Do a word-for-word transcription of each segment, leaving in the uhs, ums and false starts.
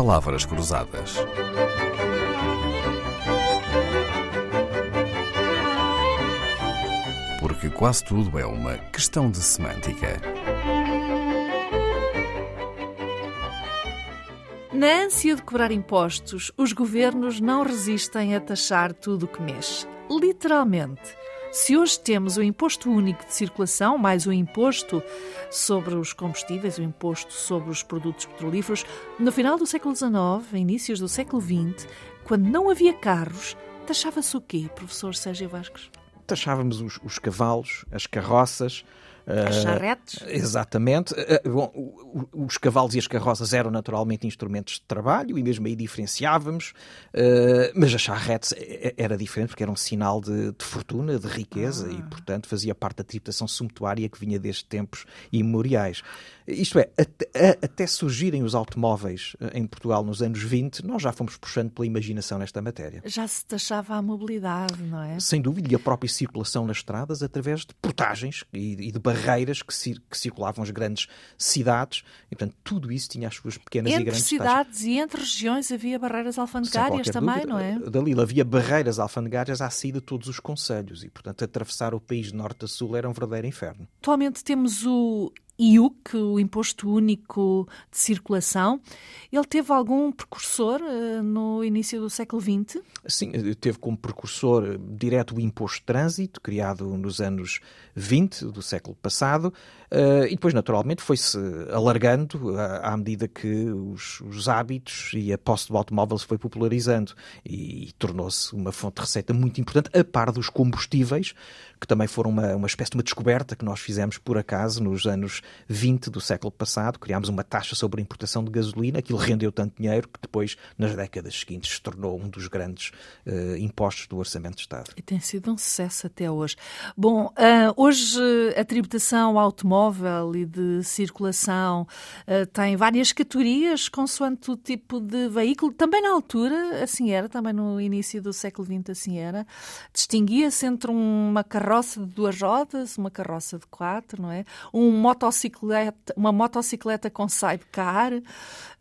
Palavras cruzadas. Porque quase tudo é uma questão de semântica. Na ânsia de cobrar impostos, os governos não resistem a taxar tudo o que mexe. Literalmente. Se hoje temos o imposto único de circulação, mais o imposto sobre os combustíveis, o imposto sobre os produtos petrolíferos, no final do século dezenove, inícios do século vinte, quando não havia carros, taxava-se o quê, professor Sérgio Vascos? Taxávamos os, os cavalos, as carroças. As charretes? Uh, exatamente. Uh, bom, os cavalos e as carroças eram naturalmente instrumentos de trabalho e mesmo aí diferenciávamos, uh, mas as charretes era diferente porque era um sinal de, de fortuna, de riqueza ah. e, portanto, fazia parte da tributação sumptuária que vinha desde tempos imemoriais. Isto é, até, até surgirem os automóveis em Portugal nos anos vinte, nós já fomos puxando pela imaginação nesta matéria. Já se taxava a mobilidade, não é? Sem dúvida, e a própria circulação nas estradas através de portagens e, e de barreiras que, cir- que circulavam as grandes cidades. E, portanto, tudo isso tinha as suas pequenas entre e grandes cidades taxas. E entre regiões havia barreiras alfandegárias também, dúvida. Não é? Dalila, havia barreiras alfandegárias à saída de todos os concelhos e, portanto, atravessar o país de norte a sul era um verdadeiro inferno. Atualmente temos o I U C, o Imposto Único de Circulação. Ele teve algum precursor uh, no início do século vinte? Sim, teve como precursor direto o Imposto de Trânsito, criado nos anos vinte do século passado, uh, e depois, naturalmente, foi-se alargando à, à medida que os, os hábitos e a posse do automóvel se foi popularizando e, e tornou-se uma fonte de receita muito importante, a par dos combustíveis, que também foram uma, uma espécie de uma descoberta que nós fizemos por acaso nos anos vinte do século passado. Criámos uma taxa sobre a importação de gasolina, aquilo rendeu tanto dinheiro que depois, nas décadas seguintes, se tornou um dos grandes uh, impostos do Orçamento de Estado. E tem sido um sucesso até hoje. Bom, uh, hoje a tributação automóvel e de circulação uh, tem várias categorias, consoante o tipo de veículo. Também na altura, assim era, também no início do século vinte, assim era. Distinguia-se entre uma carroça de duas rodas, uma carroça de quatro, não é? Um motocicleta, uma motocicleta com sidecar, uh,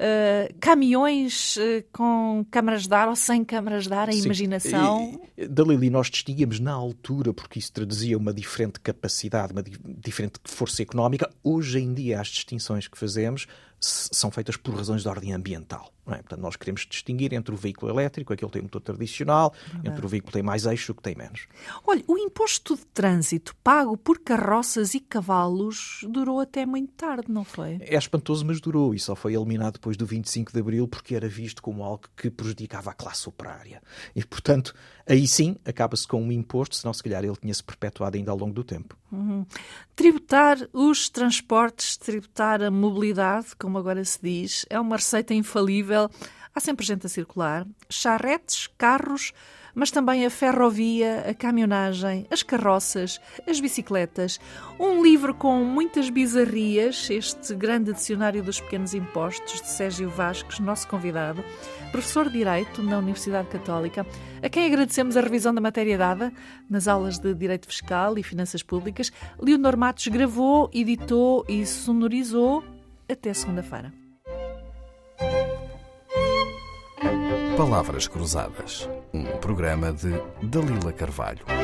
caminhões uh, com câmaras de ar ou sem câmaras de ar, a Sim. imaginação. E, Dalili, nós distinguíamos na altura porque isso traduzia uma diferente capacidade, uma di- diferente força económica. Hoje em dia as distinções que fazemos s- são feitas por razões de ordem ambiental. Não é? Portanto, nós queremos distinguir entre o veículo elétrico, aquele que tem motor tradicional, Verdade. entre o veículo que tem mais eixo e o que tem menos. Olha, o imposto de trânsito pago por carroças e cavalos durou até muito tarde, não foi? É espantoso, mas durou e só foi eliminado depois do vinte e cinco de Abril porque era visto como algo que prejudicava a classe operária. E, portanto, aí sim acaba-se com um imposto, senão se calhar ele tinha-se perpetuado ainda ao longo do tempo. Uhum. Tributar os transportes, tributar a mobilidade, como agora se diz, é uma receita infalível. Há sempre gente a circular, charretes, carros, mas também a ferrovia, a caminhonagem, as carroças, as bicicletas. Um livro com muitas bizarrias, este grande dicionário dos pequenos impostos, de Sérgio Vascos, nosso convidado, professor de Direito na Universidade Católica, a quem agradecemos a revisão da matéria dada nas aulas de Direito Fiscal e Finanças Públicas. Leonor Matos gravou, editou e sonorizou. Até segunda-feira. Palavras Cruzadas, um programa de Dalila Carvalho.